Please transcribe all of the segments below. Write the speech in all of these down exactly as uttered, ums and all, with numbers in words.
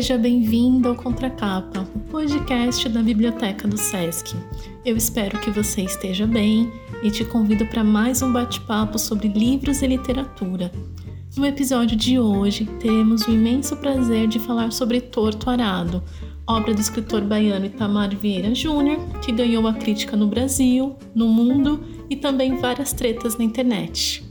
Seja bem-vindo ao Contracapa, o podcast da Biblioteca do Sesc. Eu espero que você esteja bem e te convido para mais um bate-papo sobre livros e literatura. No episódio de hoje, teremos o imenso prazer de falar sobre Torto Arado, obra do escritor baiano Itamar Vieira Júnior, que ganhou a crítica no Brasil, no mundo e também várias tretas na internet.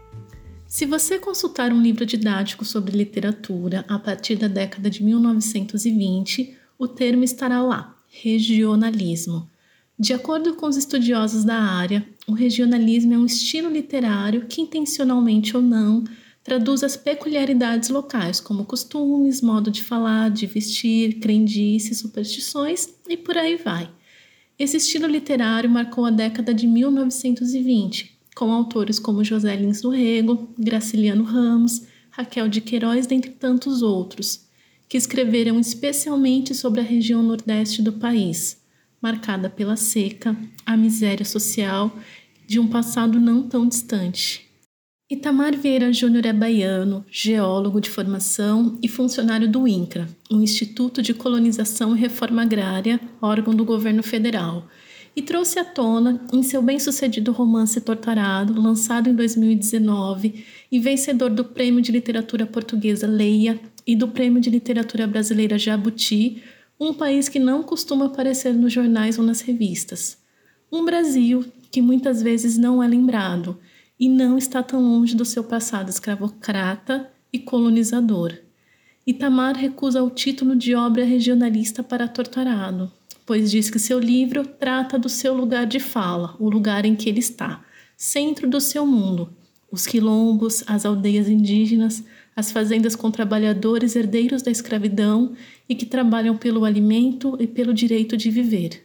Se você consultar um livro didático sobre literatura a partir da década de mil novecentos e vinte, o termo estará lá, regionalismo. De acordo com os estudiosos da área, o regionalismo é um estilo literário que, intencionalmente ou não, traduz as peculiaridades locais, como costumes, modo de falar, de vestir, crendices, superstições e por aí vai. Esse estilo literário marcou a década de mil novecentos e vinte, com autores como José Lins do Rego, Graciliano Ramos, Raquel de Queiroz, dentre tantos outros, que escreveram especialmente sobre a região nordeste do país, marcada pela seca, a miséria social de um passado não tão distante. Itamar Vieira Júnior é baiano, geólogo de formação e funcionário do INCRA, o Instituto de Colonização e Reforma Agrária, órgão do governo federal, e trouxe à tona em seu bem-sucedido romance Torto Arado, lançado em dois mil e dezenove e vencedor do Prêmio de Literatura Portuguesa Leia e do Prêmio de Literatura Brasileira Jabuti, um país que não costuma aparecer nos jornais ou nas revistas. Um Brasil que muitas vezes não é lembrado e não está tão longe do seu passado escravocrata e colonizador. Itamar recusa o título de obra regionalista para Torto Arado, pois diz que seu livro trata do seu lugar de fala, o lugar em que ele está, centro do seu mundo, os quilombos, as aldeias indígenas, as fazendas com trabalhadores herdeiros da escravidão e que trabalham pelo alimento e pelo direito de viver.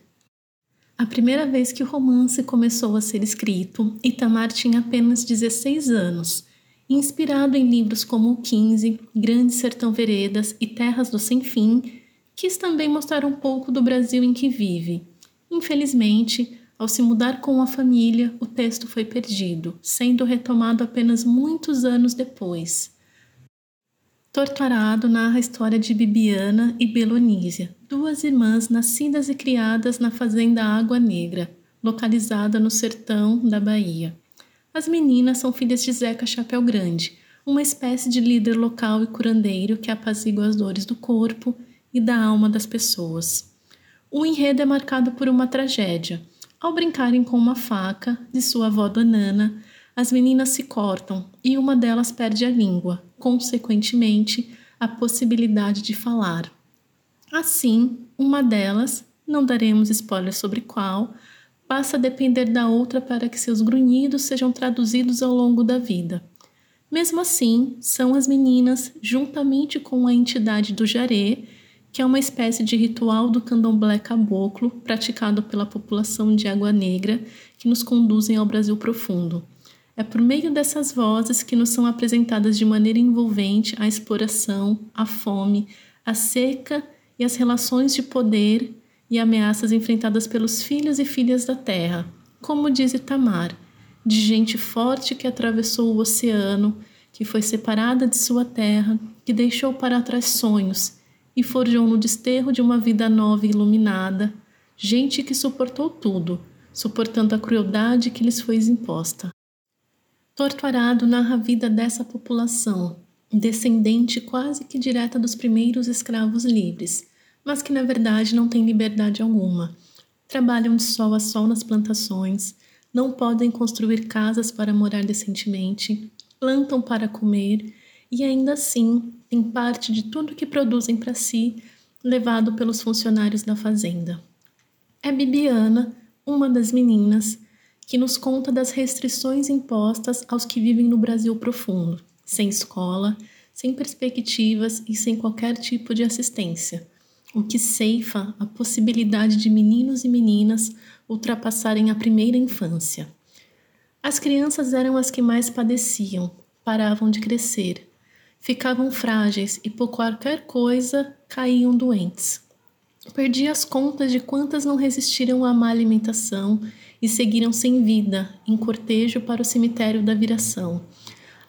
A primeira vez que o romance começou a ser escrito, Itamar tinha apenas dezesseis anos, inspirado em livros como O quinze, Grande Sertão Veredas e Terras do Sem Fim, quis também mostrar um pouco do Brasil em que vive. Infelizmente, ao se mudar com a família, o texto foi perdido, sendo retomado apenas muitos anos depois. Torto Arado narra a história de Bibiana e Belonísia, duas irmãs nascidas e criadas na fazenda Água Negra, localizada no sertão da Bahia. As meninas são filhas de Zeca Chapéu Grande, uma espécie de líder local e curandeiro que apazigua as dores do corpo e da alma das pessoas. O enredo é marcado por uma tragédia. Ao brincarem com uma faca de sua avó Donana, as meninas se cortam e uma delas perde a língua, consequentemente, a possibilidade de falar. Assim, uma delas, não daremos spoiler sobre qual, passa a depender da outra para que seus grunhidos sejam traduzidos ao longo da vida. Mesmo assim, são as meninas, juntamente com a entidade do Jaré, que é uma espécie de ritual do candomblé caboclo praticado pela população de Água Negra, que nos conduzem ao Brasil profundo. É por meio dessas vozes que nos são apresentadas de maneira envolvente a exploração, a fome, a seca e as relações de poder e ameaças enfrentadas pelos filhos e filhas da terra, como diz Itamar, de gente forte que atravessou o oceano, que foi separada de sua terra, que deixou para trás sonhos e forjou no desterro de uma vida nova e iluminada, gente que suportou tudo, suportando a crueldade que lhes foi imposta. Torto Arado narra a vida dessa população, descendente quase que direta dos primeiros escravos livres, mas que na verdade não tem liberdade alguma. Trabalham de sol a sol nas plantações, não podem construir casas para morar decentemente, plantam para comer e ainda assim tem parte de tudo que produzem para si levado pelos funcionários da fazenda. É Bibiana, uma das meninas, que nos conta das restrições impostas aos que vivem no Brasil profundo, sem escola, sem perspectivas e sem qualquer tipo de assistência, o que ceifa a possibilidade de meninos e meninas ultrapassarem a primeira infância. As crianças eram as que mais padeciam, paravam de crescer, ficavam frágeis e por qualquer coisa caíam doentes. Perdi as contas de quantas não resistiram à má alimentação e seguiram sem vida, em cortejo para o cemitério da viração.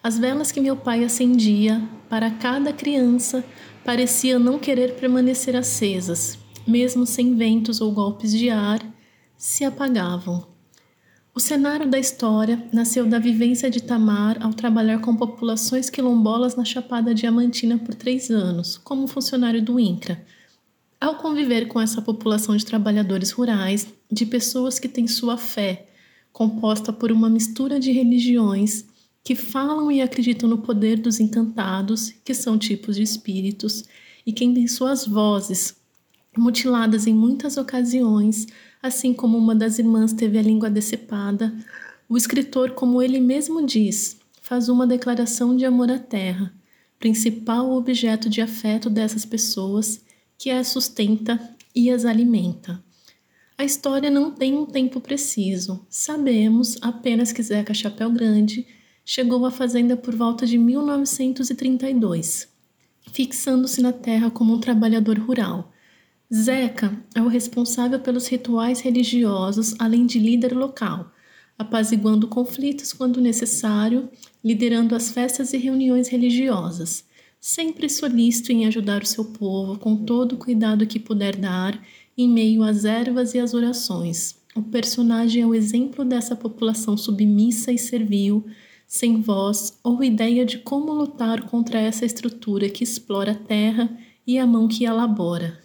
As velas que meu pai acendia para cada criança pareciam não querer permanecer acesas, mesmo sem ventos ou golpes de ar, se apagavam. O cenário da história nasceu da vivência de Itamar ao trabalhar com populações quilombolas na Chapada Diamantina por três anos, como funcionário do INCRA. Ao conviver com essa população de trabalhadores rurais, de pessoas que têm sua fé, composta por uma mistura de religiões, que falam e acreditam no poder dos encantados, que são tipos de espíritos, e quem tem suas vozes mutiladas em muitas ocasiões, assim como uma das irmãs teve a língua decepada, o escritor, como ele mesmo diz, faz uma declaração de amor à terra, principal objeto de afeto dessas pessoas, que as sustenta e as alimenta. A história não tem um tempo preciso. Sabemos apenas que Zeca Chapéu Grande chegou à fazenda por volta de mil novecentos e trinta e dois, fixando-se na terra como um trabalhador rural. Zeca é o responsável pelos rituais religiosos, além de líder local, apaziguando conflitos quando necessário, liderando as festas e reuniões religiosas, sempre solícito em ajudar o seu povo com todo o cuidado que puder dar, em meio às ervas e às orações. O personagem é o exemplo dessa população submissa e servil, sem voz ou ideia de como lutar contra essa estrutura que explora a terra e a mão que a elabora.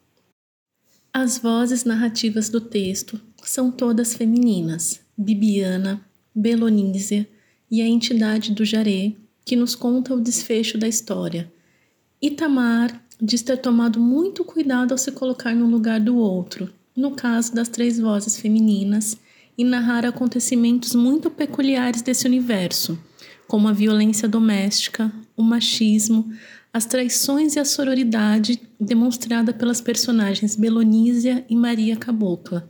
As vozes narrativas do texto são todas femininas, Bibiana, Belonísia e a entidade do Jaré, que nos conta o desfecho da história. Itamar diz ter tomado muito cuidado ao se colocar no lugar do outro, no caso das três vozes femininas, e narrar acontecimentos muito peculiares desse universo, como a violência doméstica, o machismo, as traições e a sororidade demonstrada pelas personagens Belonísia e Maria Cabocla.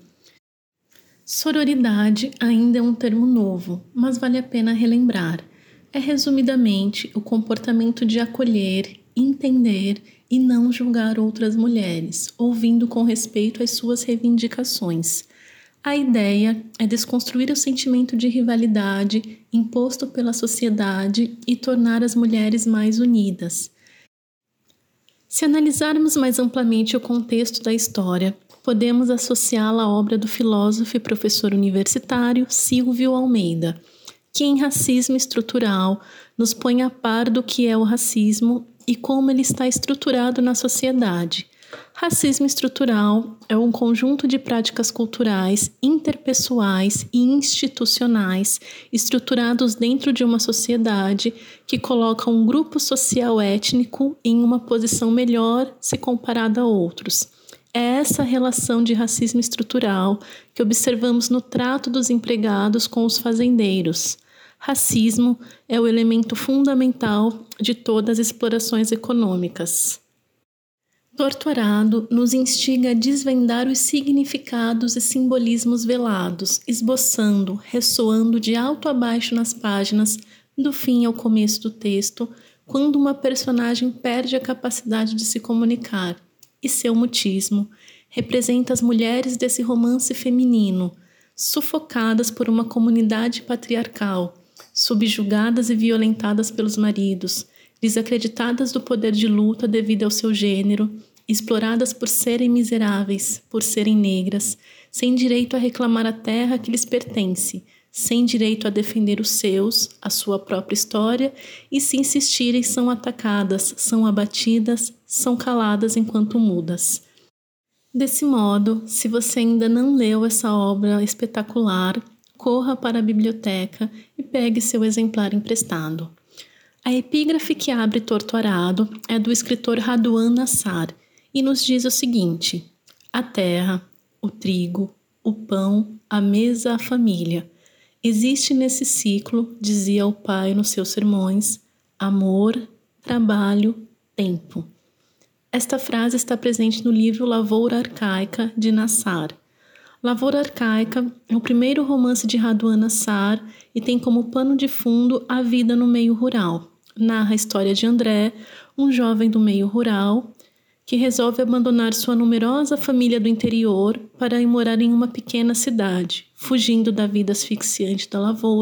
Sororidade ainda é um termo novo, mas vale a pena relembrar. É resumidamente o comportamento de acolher, entender e não julgar outras mulheres, ouvindo com respeito às suas reivindicações. A ideia é desconstruir o sentimento de rivalidade imposto pela sociedade e tornar as mulheres mais unidas. Se analisarmos mais amplamente o contexto da história, podemos associá-la à obra do filósofo e professor universitário Silvio Almeida, que em Racismo Estrutural nos põe a par do que é o racismo e como ele está estruturado na sociedade. Racismo estrutural é um conjunto de práticas culturais, interpessoais e institucionais estruturados dentro de uma sociedade que coloca um grupo social étnico em uma posição melhor se comparado a outros. É essa relação de racismo estrutural que observamos no trato dos empregados com os fazendeiros. Racismo é o elemento fundamental de todas as explorações econômicas. Torturado nos instiga a desvendar os significados e simbolismos velados, esboçando, ressoando de alto a baixo nas páginas, do fim ao começo do texto, quando uma personagem perde a capacidade de se comunicar, e seu mutismo representa as mulheres desse romance feminino, sufocadas por uma comunidade patriarcal, subjugadas e violentadas pelos maridos, desacreditadas do poder de luta devido ao seu gênero, exploradas por serem miseráveis, por serem negras, sem direito a reclamar a terra que lhes pertence, sem direito a defender os seus, a sua própria história, e se insistirem são atacadas, são abatidas, são caladas enquanto mudas. Desse modo, se você ainda não leu essa obra espetacular, corra para a biblioteca e pegue seu exemplar emprestado. A epígrafe que abre Torto Arado é do escritor Raduan Nassar e nos diz o seguinte: a terra, o trigo, o pão, a mesa, a família. Existe nesse ciclo, dizia o pai nos seus sermões, amor, trabalho, tempo. Esta frase está presente no livro Lavoura Arcaica, de Nassar. Lavoura Arcaica é o primeiro romance de Raduan Nassar e tem como pano de fundo a vida no meio rural. Narra a história de André, um jovem do meio rural, que resolve abandonar sua numerosa família do interior para ir morar em uma pequena cidade, fugindo da vida asfixiante da lavoura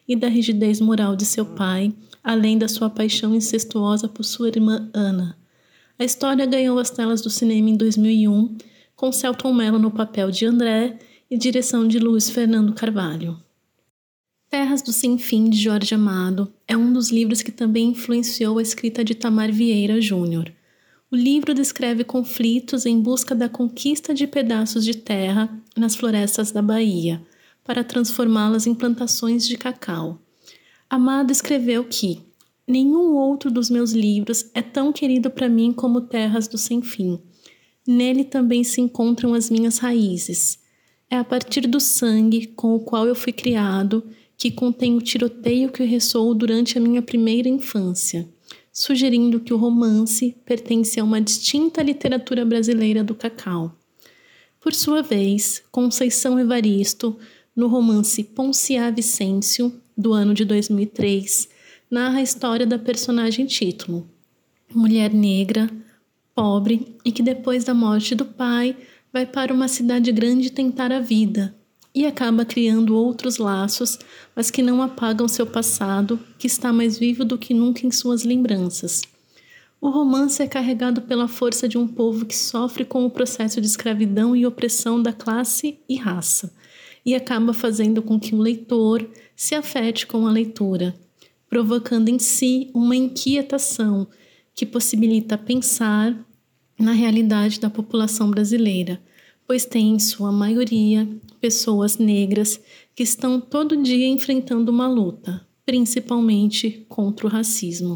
e da rigidez moral de seu pai, além da sua paixão incestuosa por sua irmã Ana. A história ganhou as telas do cinema em dois mil e um, com Selton Mello no papel de André e direção de Luiz Fernando Carvalho. Terras do Sem Fim, de Jorge Amado, é um dos livros que também influenciou a escrita de Itamar Vieira Júnior O livro descreve conflitos em busca da conquista de pedaços de terra nas florestas da Bahia, para transformá-las em plantações de cacau. Amado escreveu que nenhum outro dos meus livros é tão querido para mim como Terras do Sem Fim. Nele também se encontram as minhas raízes. É a partir do sangue com o qual eu fui criado que contém o tiroteio que ressoou durante a minha primeira infância, sugerindo que o romance pertence a uma distinta literatura brasileira do cacau. Por sua vez, Conceição Evaristo, no romance Ponciá Vicêncio, do ano de dois mil e três, narra a história da personagem título, mulher negra, pobre e que depois da morte do pai vai para uma cidade grande tentar a vida e acaba criando outros laços, mas que não apagam seu passado, que está mais vivo do que nunca em suas lembranças. O romance é carregado pela força de um povo que sofre com o processo de escravidão e opressão da classe e raça, e acaba fazendo com que o leitor se afete com a leitura, provocando em si uma inquietação que possibilita pensar na realidade da população brasileira, pois tem em sua maioria pessoas negras que estão todo dia enfrentando uma luta, principalmente contra o racismo.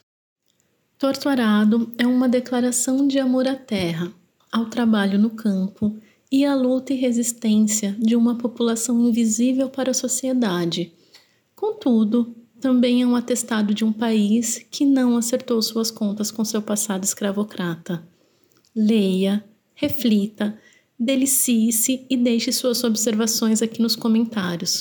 Torto Arado é uma declaração de amor à terra, ao trabalho no campo e à luta e resistência de uma população invisível para a sociedade. Contudo, também é um atestado de um país que não acertou suas contas com seu passado escravocrata. Leia, reflita, delicie-se e deixe suas observações aqui nos comentários.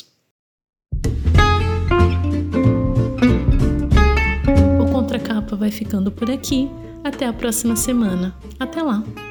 O Contracapa vai ficando por aqui. Até a próxima semana. Até lá!